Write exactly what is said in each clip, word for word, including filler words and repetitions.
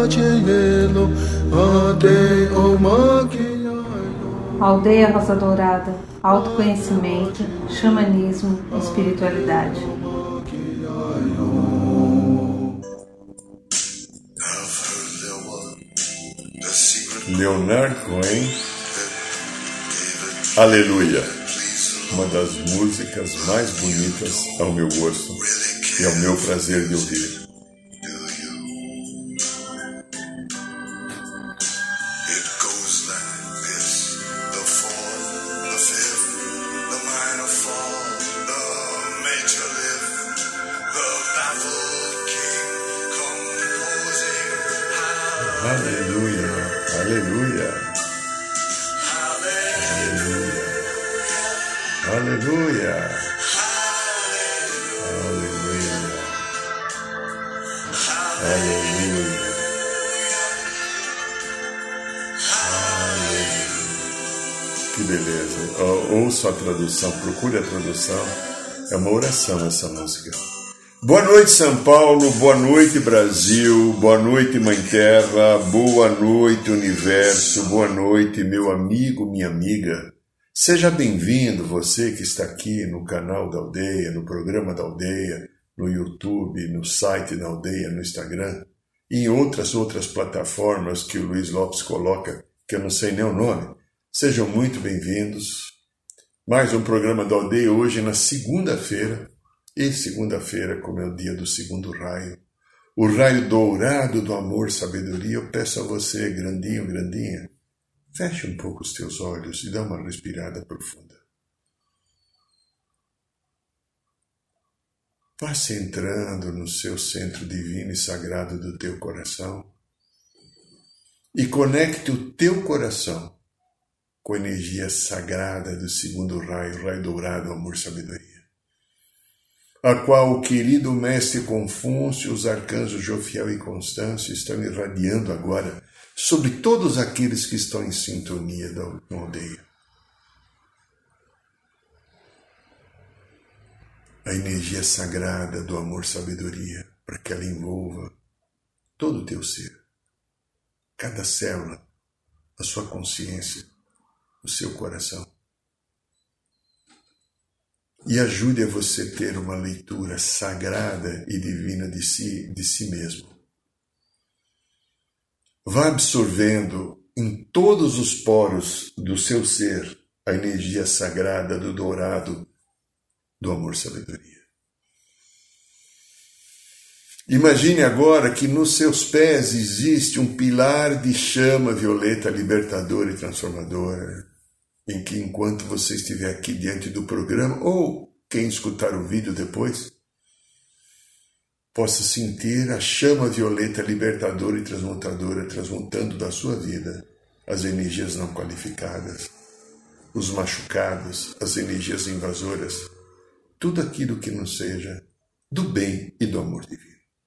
Aldeia Rosa Dourada, autoconhecimento, xamanismo, espiritualidade. Leonard Cohen, Aleluia, uma das músicas mais bonitas ao meu gosto e ao meu prazer de ouvir. Aleluia, aleluia, aleluia, aleluia, aleluia, aleluia, aleluia. Que beleza. Ouça a tradução, procure a tradução. É uma oração essa música. Boa noite, São Paulo, boa noite, Brasil, boa noite, Mãe Terra, boa noite, Universo, boa noite, meu amigo, minha amiga. Seja bem-vindo, você que está aqui no canal da Aldeia, no programa da Aldeia, no YouTube, no site da Aldeia, no Instagram e em outras outras plataformas que o Luiz Lopes coloca, que eu não sei nem o nome. Sejam muito bem-vindos. Mais um programa da Aldeia hoje na segunda-feira. E segunda-feira, como é o dia do segundo raio, o raio dourado do amor, sabedoria, eu peço a você, grandinho, grandinha, feche um pouco os teus olhos e dá uma respirada profunda. Vá-se entrando no seu centro divino e sagrado do teu coração e conecte o teu coração com a energia sagrada do segundo raio, o raio dourado do amor, sabedoria, a qual o querido mestre Confúcio, os arcanjos Jofiel e Constâncio estão irradiando agora sobre todos aqueles que estão em sintonia da aldeia. A energia sagrada do amor-sabedoria, para que ela envolva todo o teu ser, cada célula, a sua consciência, o seu coração. E ajude a você ter uma leitura sagrada e divina de si, de si mesmo. Vá absorvendo em todos os poros do seu ser a energia sagrada do dourado do amor-sabedoria. Imagine agora que nos seus pés existe um pilar de chama violeta libertadora e transformadora, em que enquanto você estiver aqui diante do programa, ou quem escutar o vídeo depois, possa sentir a chama violeta libertadora e transmutadora transmutando da sua vida as energias não qualificadas, os machucados, as energias invasoras, tudo aquilo que não seja do bem e do amor divino.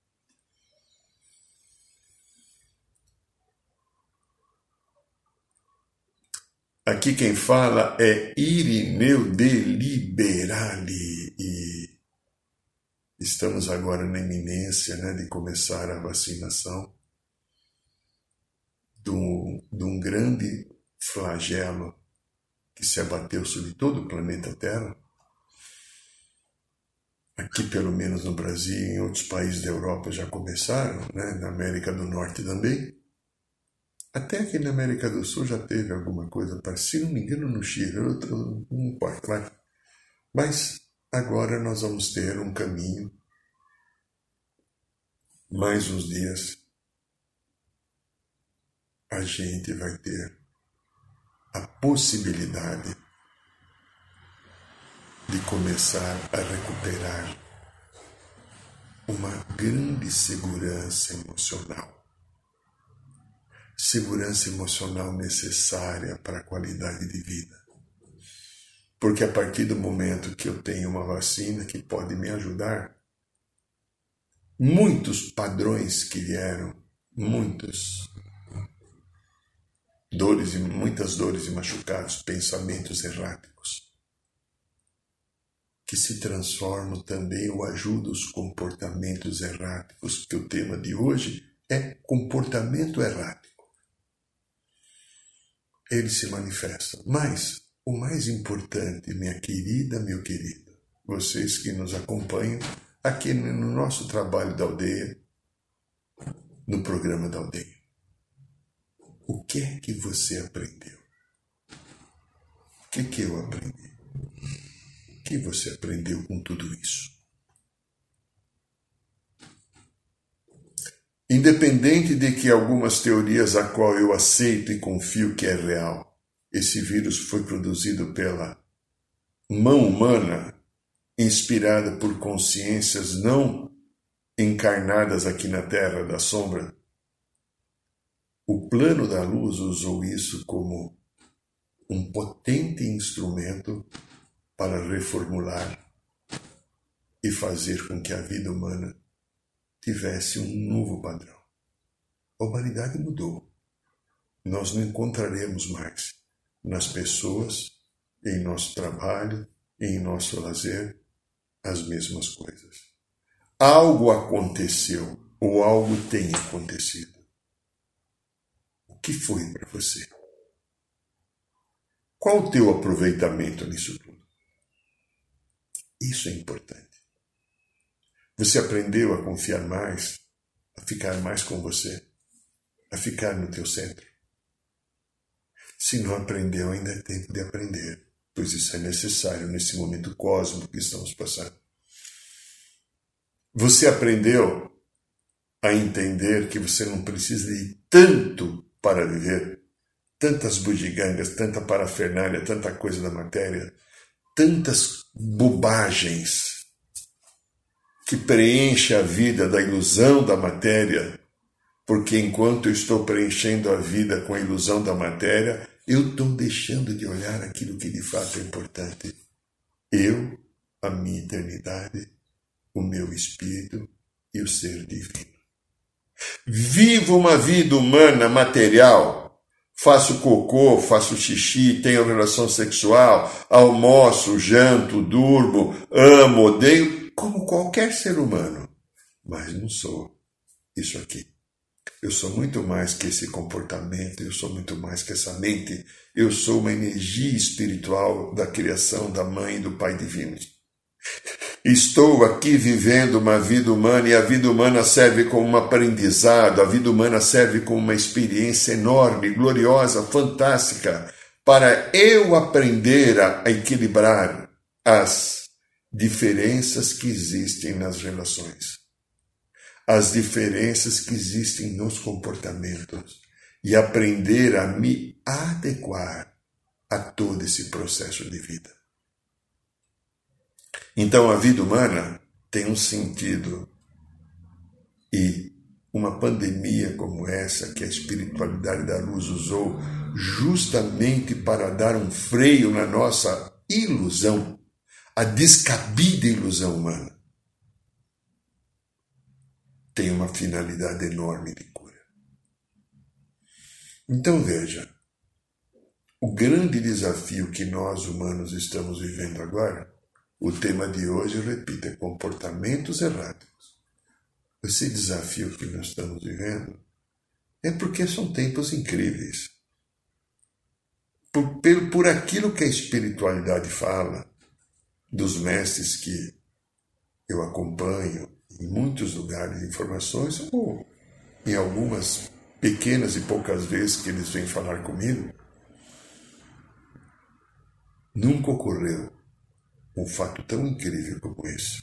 Aqui quem fala é Irineu de Liberali e estamos agora na iminência, né, de começar a vacinação de um, de um grande flagelo que se abateu sobre todo o planeta Terra. Aqui, pelo menos no Brasil e em outros países da Europa já começaram, né, na América do Norte também. Até aqui na América do Sul já teve alguma coisa, se não me engano no Chile, outro, não importa, mas, mas agora nós vamos ter um caminho, mais uns dias, a gente vai ter a possibilidade de começar a recuperar uma grande segurança emocional. Segurança emocional necessária para a qualidade de vida. Porque a partir do momento que eu tenho uma vacina que pode me ajudar, muitos padrões que vieram, muitos dores e muitas dores e machucados, pensamentos erráticos, que se transformam também ou ajudam os comportamentos erráticos, que o tema de hoje é comportamento errático. Ele se manifesta. Mas o mais importante, minha querida, meu querido, vocês que nos acompanham aqui no nosso trabalho da aldeia, no programa da aldeia. O que é que você aprendeu? O que é que eu aprendi? O que você aprendeu com tudo isso? Independente de que algumas teorias a qual eu aceito e confio que é real, esse vírus foi produzido pela mão humana, inspirada por consciências não encarnadas aqui na Terra da Sombra, o plano da luz usou isso como um potente instrumento para reformular e fazer com que a vida humana tivesse um novo padrão. A humanidade mudou. Nós não encontraremos mais nas pessoas, em nosso trabalho, em nosso lazer, as mesmas coisas. Algo aconteceu, ou algo tem acontecido. O que foi para você? Qual o teu aproveitamento nisso tudo? Isso é importante. Você aprendeu a confiar mais, a ficar mais com você, a ficar no teu centro? Se não aprendeu, ainda é tempo de aprender, pois isso é necessário nesse momento cósmico que estamos passando. Você aprendeu a entender que você não precisa de tanto para viver, tantas bugigangas, tanta parafernália, tanta coisa da matéria, tantas bobagens que preenche a vida da ilusão da matéria, porque enquanto eu estou preenchendo a vida com a ilusão da matéria, eu estou deixando de olhar aquilo que de fato é importante. Eu, a minha eternidade, o meu espírito e o ser divino. Vivo uma vida humana material, faço cocô, faço xixi, tenho relação sexual, almoço, janto, durmo, amo, odeio, como qualquer ser humano, mas não sou isso aqui. Eu sou muito mais que esse comportamento, eu sou muito mais que essa mente, eu sou uma energia espiritual da criação da Mãe e do Pai Divino. Estou aqui vivendo uma vida humana e a vida humana serve como um aprendizado, a vida humana serve como uma experiência enorme, gloriosa, fantástica, para eu aprender a equilibrar as diferenças que existem nas relações, as diferenças que existem nos comportamentos e aprender a me adequar a todo esse processo de vida. Então a vida humana tem um sentido e uma pandemia como essa que a espiritualidade da luz usou justamente para dar um freio na nossa ilusão, a descabida ilusão humana, tem uma finalidade enorme de cura. Então veja, o grande desafio que nós humanos estamos vivendo agora, o tema de hoje, eu repito, é comportamentos erráticos. Esse desafio que nós estamos vivendo é porque são tempos incríveis. Por, por, por aquilo que a espiritualidade fala, dos mestres que eu acompanho em muitos lugares de informações, ou em algumas pequenas e poucas vezes que eles vêm falar comigo, nunca ocorreu um fato tão incrível como esse.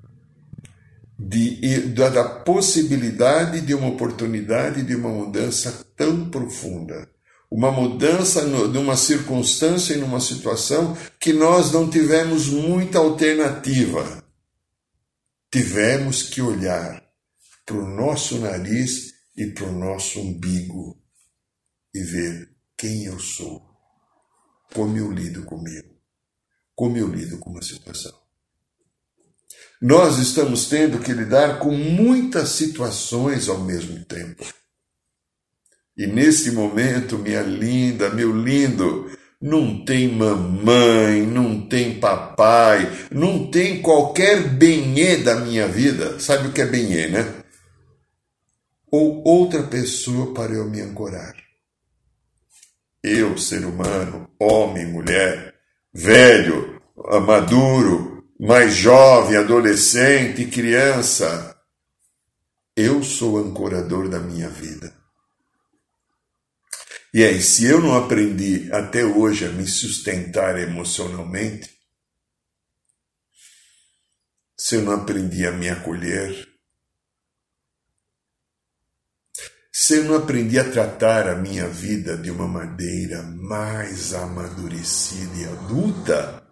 De, da, da possibilidade de uma oportunidade de uma mudança tão profunda. Uma mudança no, de uma circunstância e numa situação que nós não tivemos muita alternativa. Tivemos que olhar para o nosso nariz e para o nosso umbigo e ver quem eu sou, como eu lido comigo, como eu lido com uma situação. Nós estamos tendo que lidar com muitas situações ao mesmo tempo. E nesse momento, minha linda, meu lindo, não tem mamãe, não tem papai, não tem qualquer benê da minha vida. Sabe o que é benê, né? ou outra pessoa para eu me ancorar. Eu, ser humano, homem, mulher, velho, maduro, mais jovem, adolescente, criança, eu sou o ancorador da minha vida. E aí, se eu não aprendi até hoje a me sustentar emocionalmente, se eu não aprendi a me acolher, se eu não aprendi a tratar a minha vida de uma maneira mais amadurecida e adulta,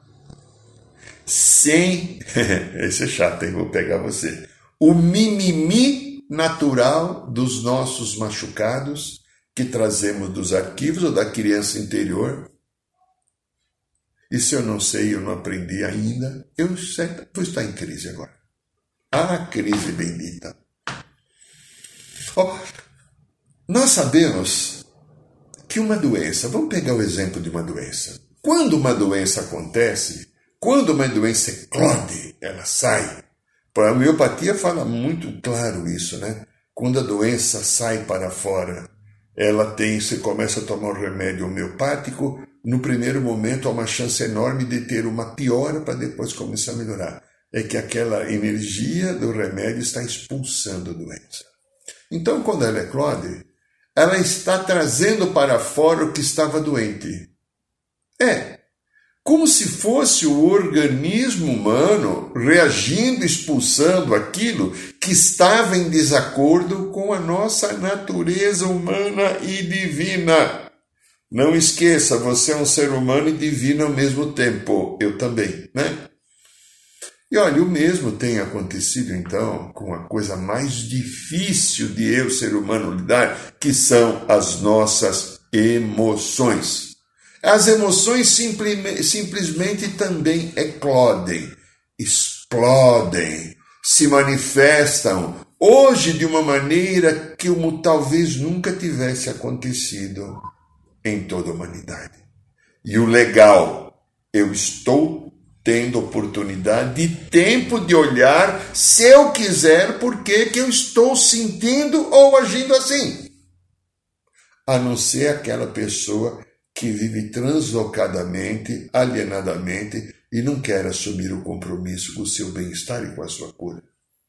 sem... Esse é chato, hein? Vou pegar você. O mimimi natural dos nossos machucados que trazemos dos arquivos ou da criança interior. E se eu não sei, eu não aprendi ainda, eu vou estar em crise agora. Ah, crise bendita. Oh, nós sabemos que uma doença, vamos pegar o exemplo de uma doença. Quando uma doença acontece, quando uma doença eclode, ela sai. A homeopatia fala muito claro isso, né? Quando a doença sai para fora, ela tem, você começa a tomar um remédio homeopático, no primeiro momento há uma chance enorme de ter uma piora para depois começar a melhorar. É que aquela energia do remédio está expulsando a doença. Então, quando ela eclode, ela está trazendo para fora o que estava doente. É, como se fosse o organismo humano reagindo, expulsando aquilo que estava em desacordo com a nossa natureza humana e divina. Não esqueça, você é um ser humano e divino ao mesmo tempo. Eu também, né? E olha, o mesmo tem acontecido então com a coisa mais difícil de eu, ser humano, lidar, que são as nossas emoções. As emoções simplesmente, simplesmente também eclodem, explodem, se manifestam, hoje de uma maneira que como talvez nunca tivesse acontecido em toda a humanidade. E o legal, eu estou tendo oportunidade de tempo de olhar, se eu quiser, por que que eu estou sentindo ou agindo assim. A não ser aquela pessoa que vive translocadamente, alienadamente e não quer assumir o compromisso com o seu bem-estar e com a sua cura.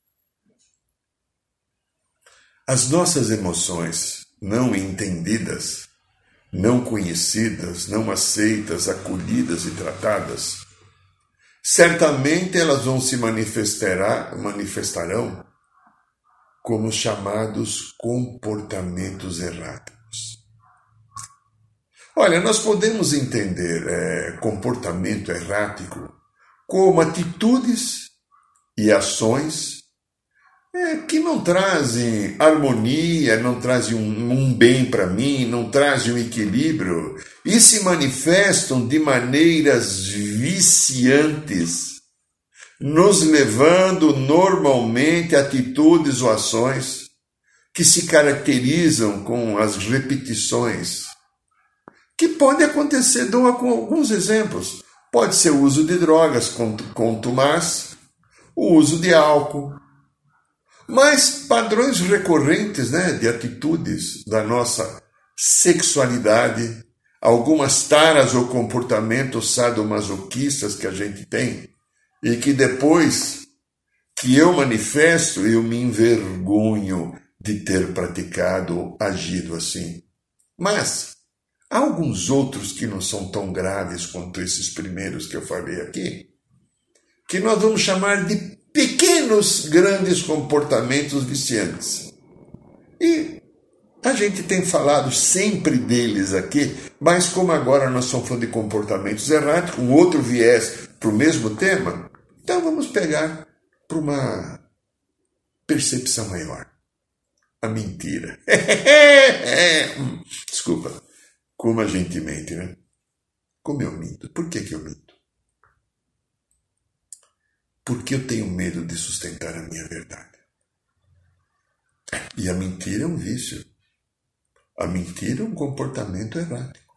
As nossas emoções não entendidas, não conhecidas, não aceitas, acolhidas e tratadas, certamente elas vão se manifestar, manifestarão como os chamados comportamentos erráticos. Olha, nós podemos entender é, comportamento errático como atitudes e ações é, que não trazem harmonia, não trazem um, um bem para mim, não trazem um equilíbrio e se manifestam de maneiras viciantes, nos levando normalmente a atitudes ou ações que se caracterizam com as repetições, que pode acontecer, dou com alguns exemplos. Pode ser o uso de drogas contumaz, o uso de álcool, mas padrões recorrentes, né, de atitudes da nossa sexualidade, algumas taras ou comportamentos sadomasoquistas que a gente tem e que depois que eu manifesto, eu me envergonho de ter praticado ou agido assim. Mas há alguns outros que não são tão graves quanto esses primeiros que eu falei aqui, que nós vamos chamar de pequenos, grandes comportamentos viciantes. E a gente tem falado sempre deles aqui, mas como agora nós estamos falando de comportamentos erráticos, um outro viés para o mesmo tema, então vamos pegar para uma percepção maior. A mentira. Desculpa. Como a gente mente, né? Como eu minto? Por que que eu minto? Porque eu tenho medo de sustentar a minha verdade. E a mentira é um vício. A mentira é um comportamento errático.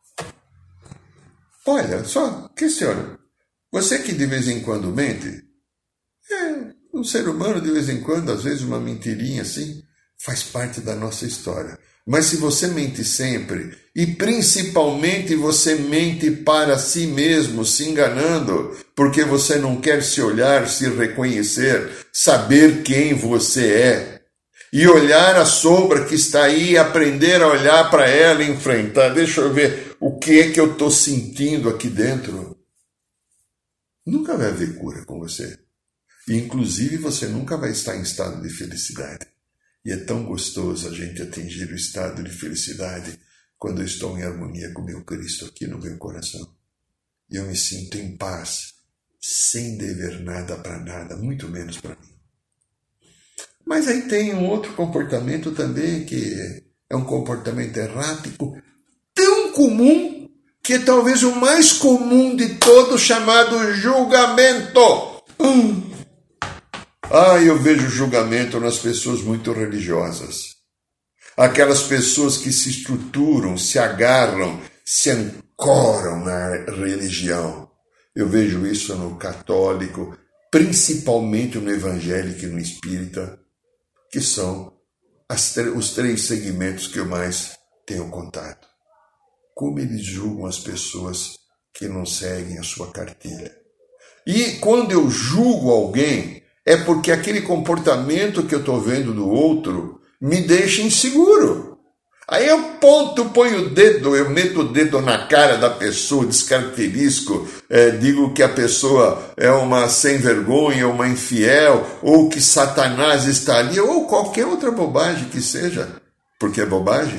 Olha, só questiona. Você que de vez em quando mente, é um ser humano de vez em quando, às vezes uma mentirinha assim, faz parte da nossa história. Mas se você mente sempre, e principalmente você mente para si mesmo, se enganando, porque você não quer se olhar, se reconhecer, saber quem você é, e olhar a sombra que está aí, aprender a olhar para ela e enfrentar. Deixa eu ver o que é que eu estou sentindo aqui dentro. Nunca vai haver cura com você. E, inclusive, você nunca vai estar em estado de felicidade. E é tão gostoso a gente atingir o estado de felicidade quando eu estou em harmonia com o meu Cristo aqui no meu coração. E eu me sinto em paz, sem dever nada para nada, muito menos para mim. Mas aí tem um outro comportamento também, que é um comportamento errático, tão comum, que é talvez o mais comum de todos, chamado julgamento. Hum. Ah, eu vejo julgamento nas pessoas muito religiosas. Aquelas pessoas que se estruturam, se agarram, se ancoram na religião. Eu vejo isso no católico, principalmente no evangélico e no espírita, que são as, os três segmentos que eu mais tenho contato. Como eles julgam as pessoas que não seguem a sua cartilha. E quando eu julgo alguém, é porque aquele comportamento que eu estou vendo do outro me deixa inseguro. Aí eu ponto, ponho o dedo, eu meto o dedo na cara da pessoa, descaracterizo, é, digo que a pessoa é uma sem vergonha, uma infiel, ou que Satanás está ali, ou qualquer outra bobagem que seja, porque é bobagem.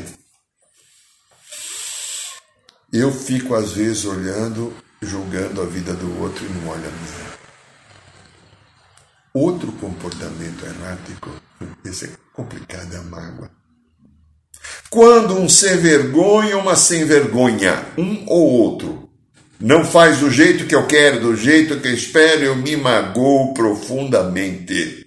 Eu fico às vezes olhando, julgando a vida do outro e não olho a minha. Outro comportamento errático, esse é complicado, é a mágoa. Quando um sem vergonha ou uma sem vergonha, um ou outro, não faz do jeito que eu quero, do jeito que eu espero, eu me magoo profundamente.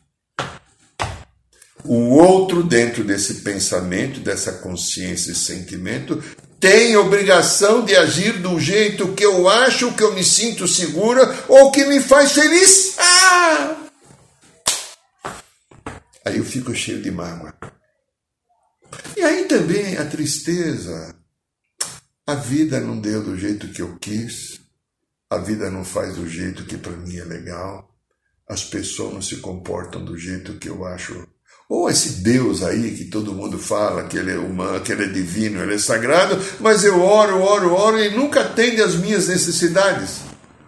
O outro, dentro desse pensamento, dessa consciência e sentimento, tem obrigação de agir do jeito que eu acho, que eu me sinto segura ou que me faz feliz. Ah! Aí eu fico cheio de mágoa. E aí também a tristeza. A vida não deu do jeito que eu quis. A vida não faz do jeito que para mim é legal. As pessoas não se comportam do jeito que eu acho. Ou esse Deus aí que todo mundo fala que ele é humano, que ele é divino, ele é sagrado, mas eu oro, oro, oro e nunca atende às minhas necessidades.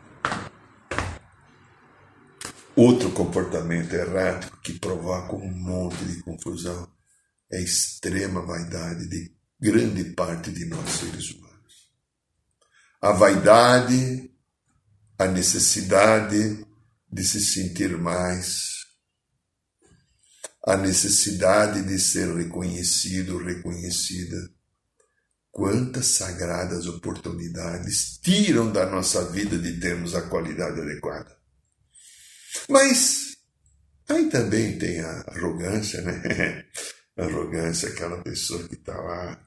Outro comportamento errático que provoca um monte de confusão é a extrema vaidade de grande parte de nós seres humanos. A vaidade, a necessidade de se sentir mais, a necessidade de ser reconhecido, reconhecida. Quantas sagradas oportunidades tiram da nossa vida de termos a qualidade adequada. Mas aí também tem a arrogância, né? A arrogância, aquela pessoa que está lá,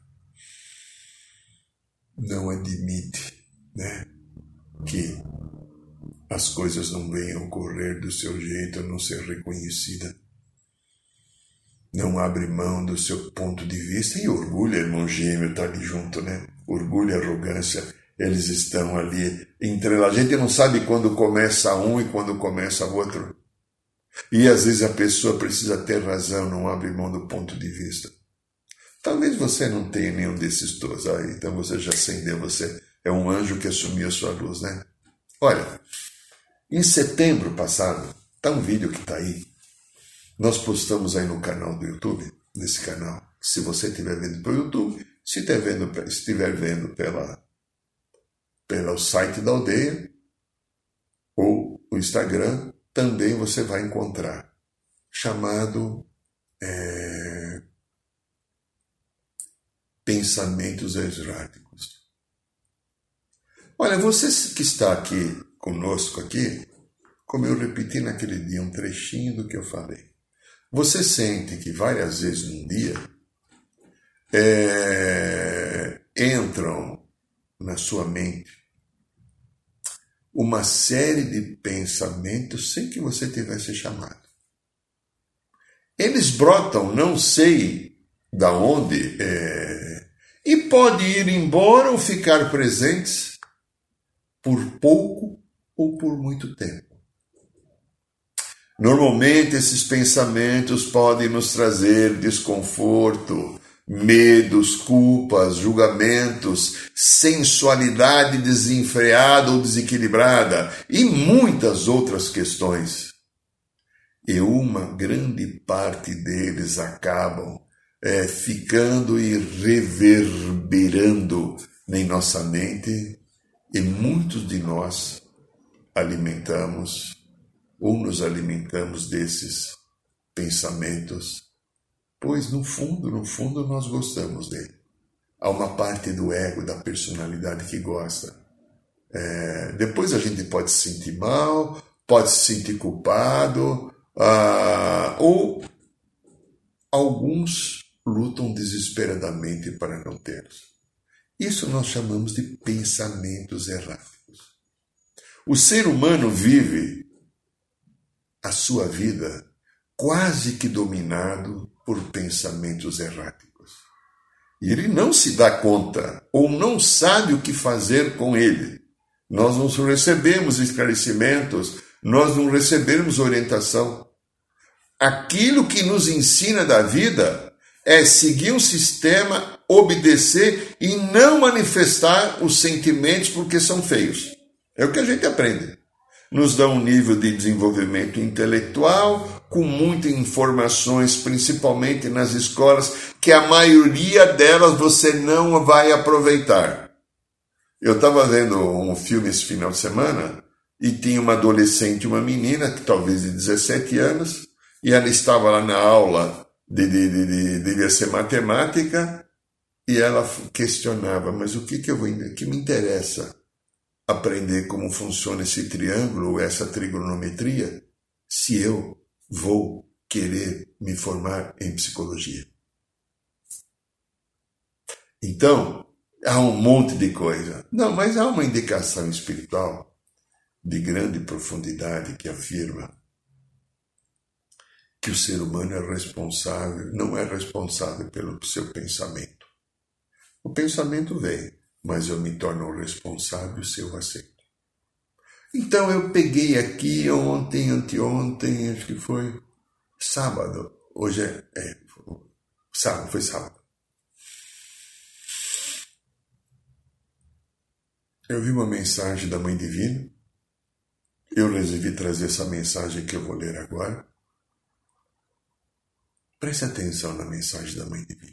não admite, né, que as coisas não venham ocorrer do seu jeito, não ser reconhecida. Não abre mão do seu ponto de vista. E orgulho, irmão gêmeo, está ali junto, né? Orgulho e arrogância, eles estão ali entre a gente não sabe quando começa um e quando começa outro. E às vezes a pessoa precisa ter razão, não abre mão do ponto de vista. Talvez você não tenha nenhum desses dois. Ah, então você já acendeu, você é um anjo que assumiu a sua luz, né? Olha, em setembro passado, está um vídeo que está aí. Nós postamos aí no canal do YouTube, nesse canal. Se você estiver vendo pelo YouTube, se estiver vendo, estiver vendo pela, pelo site da aldeia ou o Instagram, também você vai encontrar, chamado é, Pensamentos Erráticos. Olha, você que está aqui conosco aqui, como eu repeti naquele dia um trechinho do que eu falei, você sente que várias vezes num dia é, entram na sua mente uma série de pensamentos sem que você tivesse chamado. eles brotam, não sei da onde, é, e pode ir embora ou ficar presentes por pouco ou por muito tempo. Normalmente esses pensamentos podem nos trazer desconforto, medos, culpas, julgamentos, sensualidade desenfreada ou desequilibrada e muitas outras questões. E uma grande parte deles acabam é, ficando e reverberando em nossa mente, e muitos de nós alimentamos ou nos alimentamos desses pensamentos, pois no fundo, no fundo nós gostamos dele. Há uma parte do ego, da personalidade que gosta. É, depois a gente pode se sentir mal, pode se sentir culpado, ah, ou alguns lutam desesperadamente para não tê-los. Isso nós chamamos de pensamentos erráticos. O ser humano vive a sua vida quase que dominado por pensamentos erráticos. E ele não se dá conta ou não sabe o que fazer com ele. Nós não recebemos esclarecimentos, nós não recebemos orientação. Aquilo que nos ensina da vida é seguir um sistema, obedecer e não manifestar os sentimentos porque são feios. É o que a gente aprende. Nos dá um nível de desenvolvimento intelectual, com muitas informações, principalmente nas escolas, que a maioria delas você não vai aproveitar. Eu estava vendo um filme esse final de semana, e tinha uma adolescente, uma menina, que talvez de dezessete anos, e ela estava lá na aula, de, de, de, de, devia ser matemática, e ela questionava, mas o que, que, eu vou, que me interessa? Aprender como funciona esse triângulo, essa trigonometria, se eu vou querer me formar em psicologia. Então, há um monte de coisa. Não, mas há uma indicação espiritual de grande profundidade que afirma que o ser humano é responsável, não é responsável pelo seu pensamento. O pensamento vem, mas eu me torno responsável se eu aceito. Então eu peguei aqui ontem, anteontem, acho que foi sábado, hoje é, é sábado, foi sábado. Eu vi uma mensagem da Mãe Divina, eu resolvi trazer essa mensagem que eu vou ler agora. Preste atenção na mensagem da Mãe Divina.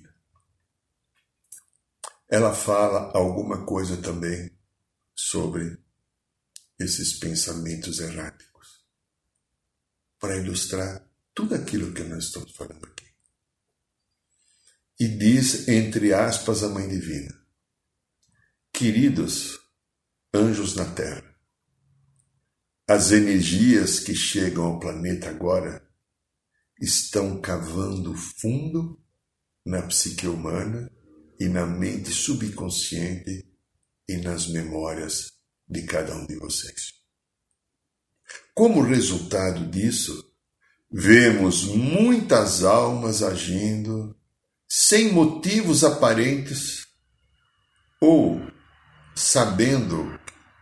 Ela fala alguma coisa também sobre esses pensamentos erráticos, para ilustrar tudo aquilo que nós estamos falando aqui. E diz, entre aspas, a Mãe Divina: queridos anjos na Terra, as energias que chegam ao planeta agora estão cavando fundo na psique humana e na mente subconsciente e nas memórias de cada um de vocês. Como resultado disso, vemos muitas almas agindo sem motivos aparentes ou sabendo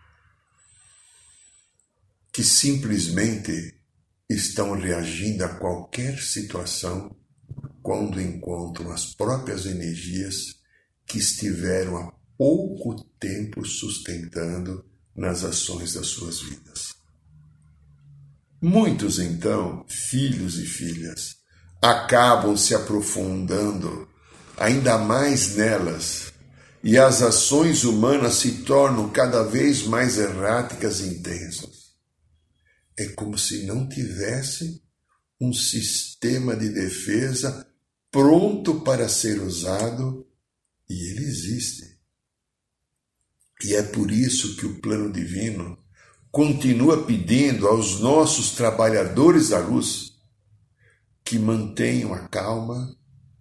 que simplesmente estão reagindo a qualquer situação quando encontram as próprias energias que estiveram há pouco tempo sustentando nas ações das suas vidas. Muitos, então, filhos e filhas, acabam se aprofundando ainda mais nelas, e as ações humanas se tornam cada vez mais erráticas e intensas. É como se não tivesse um sistema de defesa pronto para ser usado, e ele existe. E é por isso que o plano divino continua pedindo aos nossos trabalhadores da luz que mantenham a calma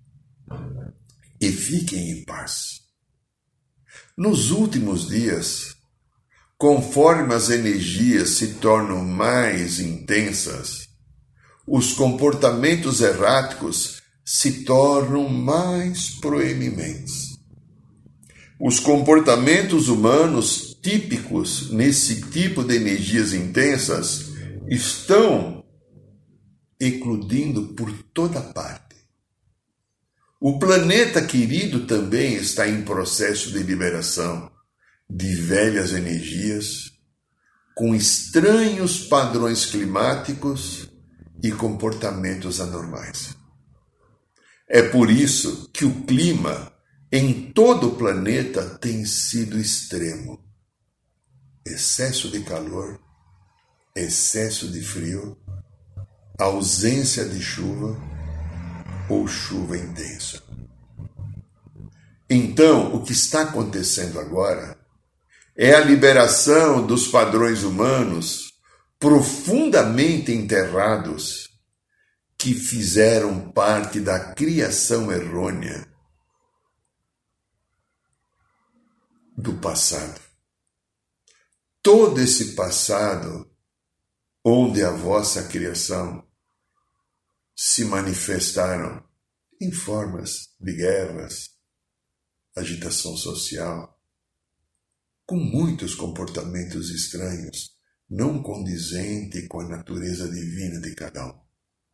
e fiquem em paz. Nos últimos dias, conforme as energias se tornam mais intensas, os comportamentos erráticos se tornam mais proeminentes. Os comportamentos humanos típicos nesse tipo de energias intensas estão eclodindo por toda parte. O planeta querido também está em processo de liberação de velhas energias, com estranhos padrões climáticos e comportamentos anormais. É por isso que o clima em todo o planeta tem sido extremo. Excesso de calor, excesso de frio, ausência de chuva ou chuva intensa. Então, o que está acontecendo agora é a liberação dos padrões humanos profundamente enterrados que fizeram parte da criação errônea do passado. Todo esse passado onde a vossa criação se manifestaram em formas de guerras, agitação social, com muitos comportamentos estranhos, não condizentes com a natureza divina de cada um.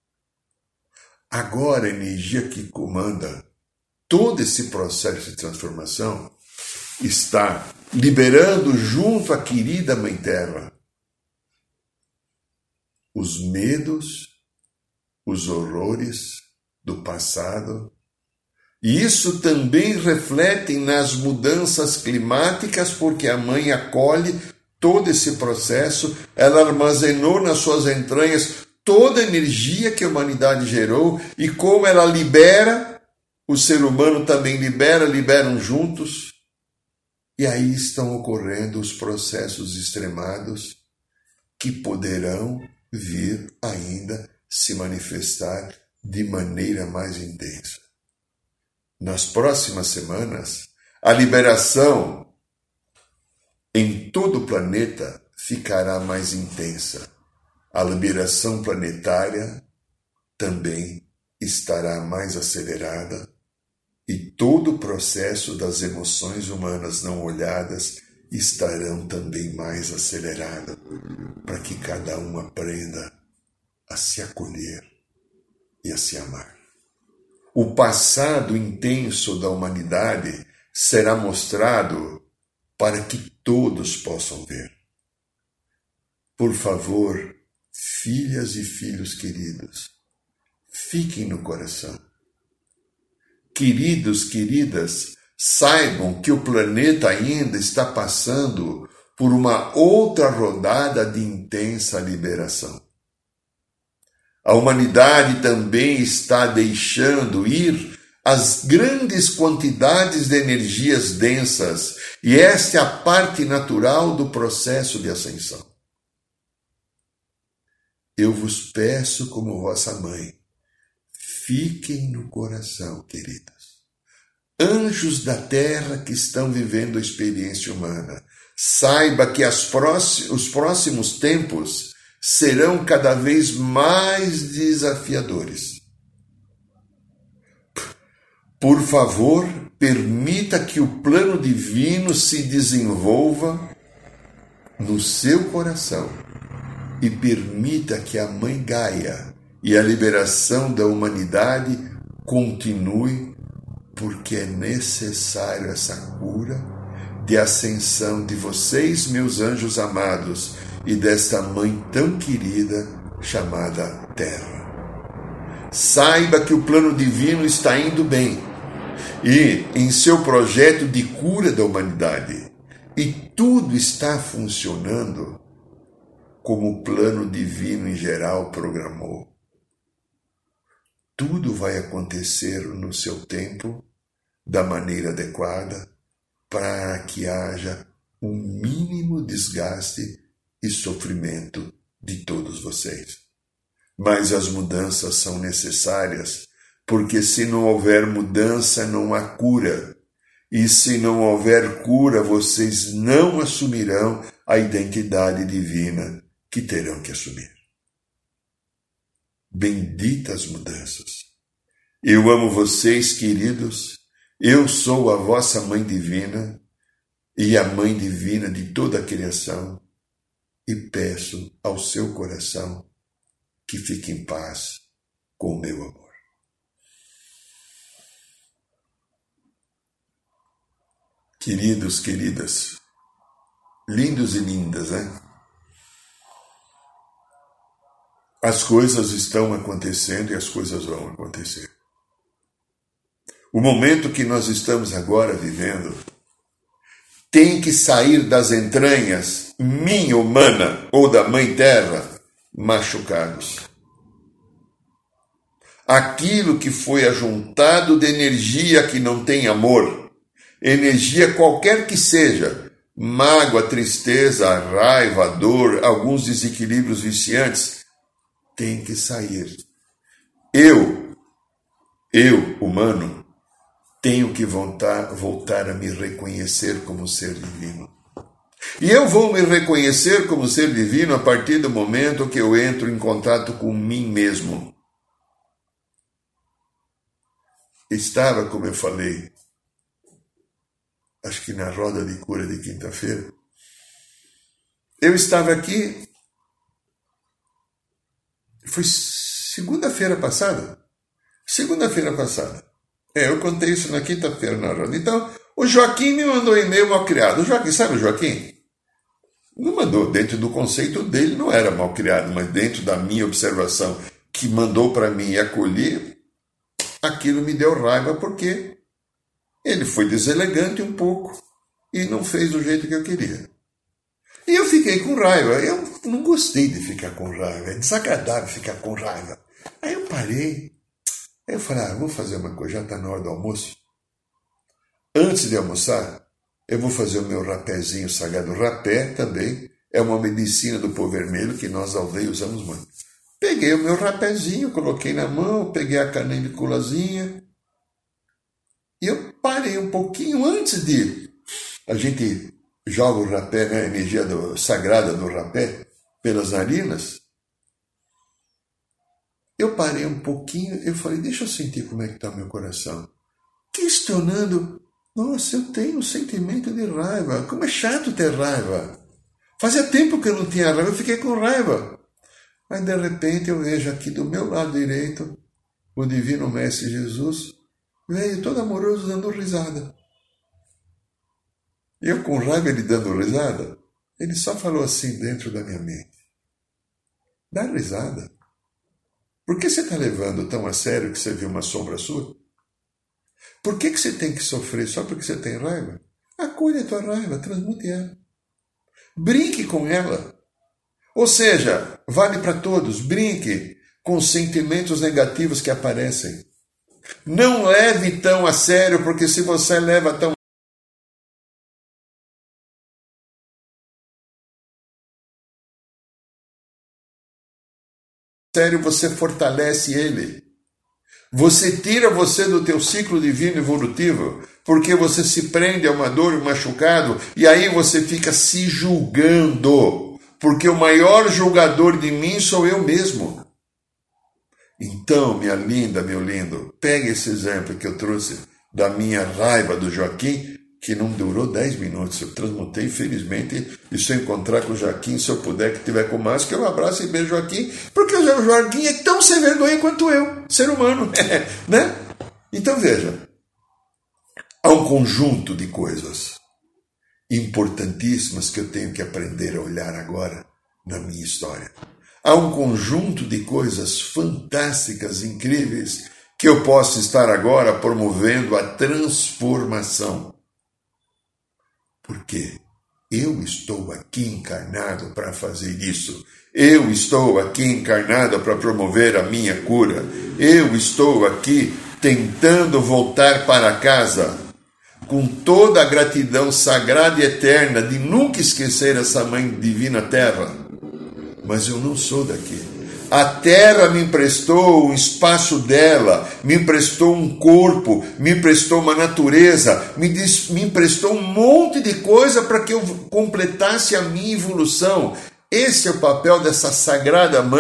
Agora a energia que comanda todo esse processo de transformação está liberando junto à querida Mãe Terra os medos, os horrores do passado. E isso também reflete nas mudanças climáticas, porque a Mãe acolhe todo esse processo, ela armazenou nas suas entranhas toda a energia que a humanidade gerou, e como ela libera, o ser humano também libera, liberam juntos, e aí estão ocorrendo os processos extremados que poderão vir ainda se manifestar de maneira mais intensa. Nas próximas semanas, a liberação em todo o planeta ficará mais intensa. A liberação planetária também estará mais acelerada e todo o processo das emoções humanas não olhadas estarão também mais aceleradas, para que cada um aprenda a se acolher e a se amar. O passado intenso da humanidade será mostrado para que todos possam ver. Por favor, filhas e filhos queridos, fiquem no coração. Queridos, queridas, saibam que o planeta ainda está passando por uma outra rodada de intensa liberação. A humanidade também está deixando ir as grandes quantidades de energias densas, e esta é a parte natural do processo de ascensão. Eu vos peço como vossa mãe, fiquem no coração, queridas. Anjos da terra que estão vivendo a experiência humana, saiba que as próximos, os próximos tempos serão cada vez mais desafiadores. Por favor, permita que o plano divino se desenvolva no seu coração e permita que a Mãe Gaia e a liberação da humanidade continue, porque é necessário essa cura de ascensão de vocês, meus anjos amados, e desta Mãe tão querida chamada Terra. Saiba que o plano divino está indo bem e em seu projeto de cura da humanidade, e tudo está funcionando como o plano divino em geral programou. Tudo vai acontecer no seu tempo, da maneira adequada, para que haja um mínimo desgaste e sofrimento de todos vocês. Mas as mudanças são necessárias, porque se não houver mudança, não há cura. E se não houver cura, vocês não assumirão a identidade divina que terão que assumir. benditas mudanças. Eu amo vocês, queridos. Eu sou a vossa Mãe Divina e a Mãe Divina de toda a criação. E peço ao seu coração que fique em paz com o meu amor. Queridos, queridas, lindos e lindas, né? As coisas estão acontecendo e as coisas vão acontecer. O momento que nós estamos agora vivendo tem que sair das entranhas, minha humana ou da Mãe Terra, machucados. Aquilo que foi ajuntado de energia que não tem amor, energia qualquer que seja, mágoa, tristeza, raiva, dor, alguns desequilíbrios viciantes, tem que sair. Eu, eu, humano, tenho que voltar, voltar a me reconhecer como ser divino. E eu vou me reconhecer como ser divino a partir do momento que eu entro em contato com mim mesmo. Estava, como eu falei, acho que na roda de cura de quinta-feira, eu estava aqui, foi segunda-feira passada, segunda-feira passada, é, eu contei isso na quinta-feira na roda. Então, o Joaquim me mandou um e-mail mal criado. O Joaquim, sabe o Joaquim? Não mandou, dentro do conceito dele não era mal criado, mas dentro da minha observação, que mandou para mim e acolhi, aquilo me deu raiva porque ele foi deselegante um pouco e não fez do jeito que eu queria. E eu fiquei com raiva. Eu não gostei de ficar com raiva. É desagradável ficar com raiva. Aí eu parei. Aí eu falei, ah, vou fazer uma coisa, já está na hora do almoço. Antes de almoçar, eu vou fazer o meu rapézinho sagrado. Rapé também é uma medicina do povo vermelho que nós aldeias usamos muito. Peguei o meu rapézinho, coloquei na mão, peguei a caneliculazinha. E eu parei um pouquinho antes de... A gente joga o rapé, né, a energia do, sagrada do rapé pelas narinas. Eu parei um pouquinho, eu falei, deixa eu sentir como é que está o meu coração. Questionando, nossa, eu tenho um sentimento de raiva. Como é chato ter raiva. Fazia tempo que eu não tinha raiva, eu fiquei com raiva. Mas de repente eu vejo aqui do meu lado direito, o Divino Mestre Jesus veio todo amoroso dando risada. E eu com raiva ele dando risada, ele só falou assim dentro da minha mente. Dá risada. Por que você está levando tão a sério que você viu uma sombra sua? Por que, que você tem que sofrer só porque você tem raiva? Acolha a tua raiva, transmute ela. Brinque com ela. Ou seja, vale para todos, brinque com os sentimentos negativos que aparecem. Não leve tão a sério, porque se você leva tão sério, você fortalece ele. Você tira você do teu ciclo divino evolutivo, porque você se prende a uma dor, um machucado, e aí você fica se julgando, porque o maior julgador de mim sou eu mesmo. Então, minha linda, meu lindo, pegue esse exemplo que eu trouxe da minha raiva do Joaquim, que não durou dez minutos, eu transmutei, felizmente, e se eu encontrar com o Joaquim, se eu puder, que tiver com máscara, eu abraço e beijo o Joaquim, porque o Joaquim é tão sem vergonha quanto eu, ser humano, né? Então veja, há um conjunto de coisas importantíssimas que eu tenho que aprender a olhar agora na minha história. Há um conjunto de coisas fantásticas, incríveis, que eu posso estar agora promovendo a transformação. Porque eu estou aqui encarnado para fazer isso. Eu estou aqui encarnado para promover a minha cura. Eu estou aqui tentando voltar para casa com toda a gratidão sagrada e eterna de nunca esquecer essa Mãe Divina Terra. Mas eu não sou daqui. A Terra me emprestou um espaço dela, me emprestou um corpo, me emprestou uma natureza, me, diz, me emprestou um monte de coisa para que eu completasse a minha evolução. Esse é o papel dessa sagrada Mãe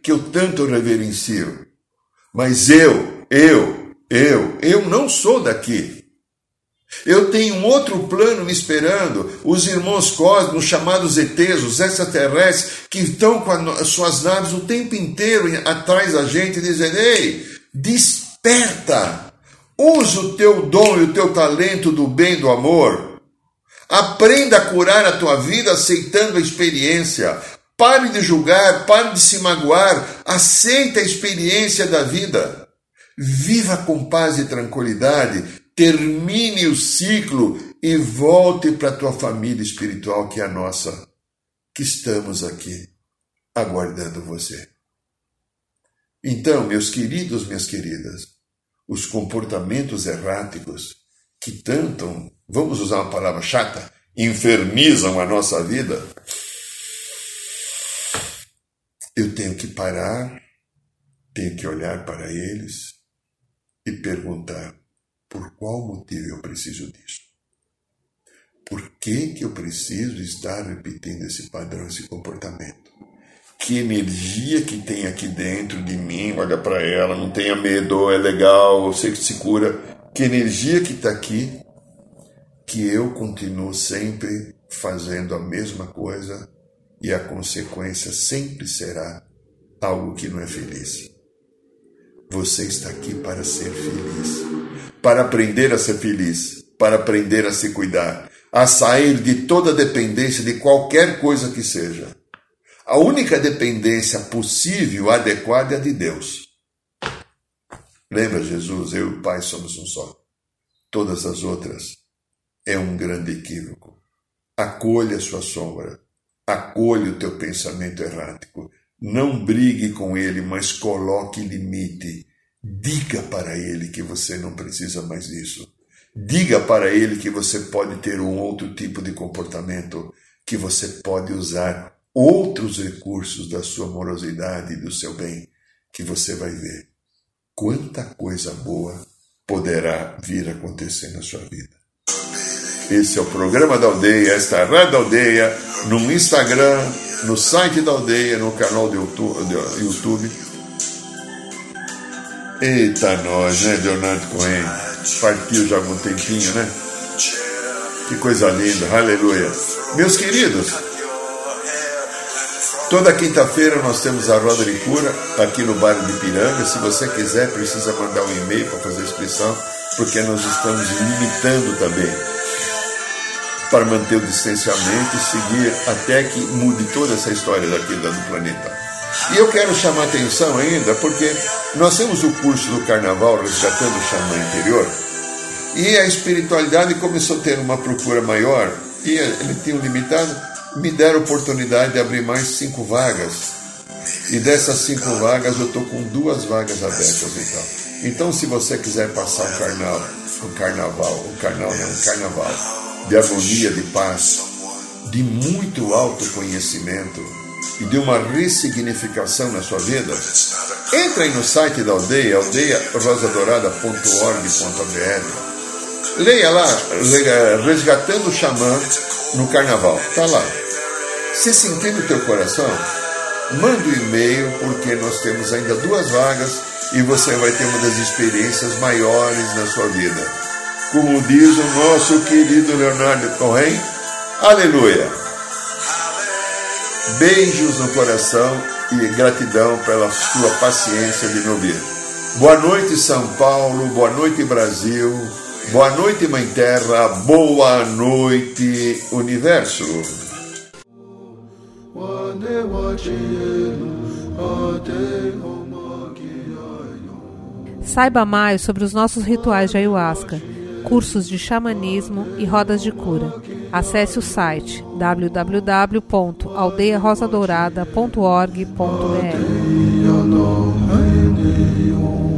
que eu tanto reverencio. Mas eu, eu, eu, eu não sou daqui. Eu tenho um outro plano me esperando, os irmãos cósmicos, chamados E Tês, os extraterrestres, que estão com as suas naves o tempo inteiro atrás da gente, dizendo: ei, desperta, usa o teu dom e o teu talento do bem e do amor, aprenda a curar a tua vida aceitando a experiência, pare de julgar, pare de se magoar, aceita a experiência da vida, viva com paz e tranquilidade, termine o ciclo e volte para a tua família espiritual, que é a nossa, que estamos aqui aguardando você. Então, meus queridos, minhas queridas, os comportamentos erráticos que tanto, vamos usar uma palavra chata, infernizam a nossa vida, eu tenho que parar, tenho que olhar para eles e perguntar: por qual motivo eu preciso disso? Por que que eu preciso estar repetindo esse padrão, esse comportamento? Que energia que tem aqui dentro de mim? Olha para ela, não tenha medo, é legal, eu sei que se cura. Que energia que está aqui, que eu continuo sempre fazendo a mesma coisa e a consequência sempre será algo que não é feliz. Você está aqui para ser feliz, para aprender a ser feliz, para aprender a se cuidar, a sair de toda dependência de qualquer coisa que seja. A única dependência possível, adequada, é a de Deus. Lembra, Jesus, eu e o Pai somos um só. Todas as outras é um grande equívoco. Acolha a sua sombra, acolha o teu pensamento errático. Não brigue com ele, mas coloque limite. Diga para ele que você não precisa mais disso. Diga para ele que você pode ter um outro tipo de comportamento, que você pode usar outros recursos da sua amorosidade e do seu bem, que você vai ver quanta coisa boa poderá vir a acontecer na sua vida. Esse é o programa da Aldeia, esta é a Rádio da Aldeia, no Instagram, no site da Aldeia, no canal do YouTube. Eita nós, né, Leonardo Cohen? Partiu já há algum tempinho, né? Que coisa linda, aleluia. Meus queridos, toda quinta-feira nós temos a Roda de Cura aqui no bairro de Ipiranga. Se você quiser, precisa mandar um e-mail para fazer a inscrição, porque nós estamos limitando também, para manter o distanciamento e seguir até que mude toda essa história daqui do planeta. E eu quero chamar a atenção ainda, porque nós temos o curso do Carnaval, Resgatando o Xamã Interior, e a espiritualidade começou a ter uma procura maior, e eles tinham limitado, me deram a oportunidade de abrir mais cinco vagas, e dessas cinco vagas eu estou com duas vagas abertas. Então, então se você quiser passar um carnaval, um carnaval, um carnaval, não, um carnaval de harmonia, de paz, de muito autoconhecimento e de uma ressignificação na sua vida, entra aí no site da Aldeia, aldeia rosa dourada ponto org ponto br. Leia lá, Resgatando o Xamã no Carnaval. Está lá. Se sentir no teu coração, manda um e-mail, porque nós temos ainda duas vagas e você vai ter uma das experiências maiores na sua vida. Como diz o nosso querido Leonardo Cohen, aleluia! Beijos no coração e gratidão pela sua paciência de me ouvir. Boa noite, São Paulo, boa noite, Brasil, boa noite, Mãe Terra, boa noite, Universo. Saiba mais sobre os nossos rituais de ayahuasca, cursos de xamanismo e rodas de cura. Acesse o site w w w ponto aldeia rosa dourada ponto org ponto br.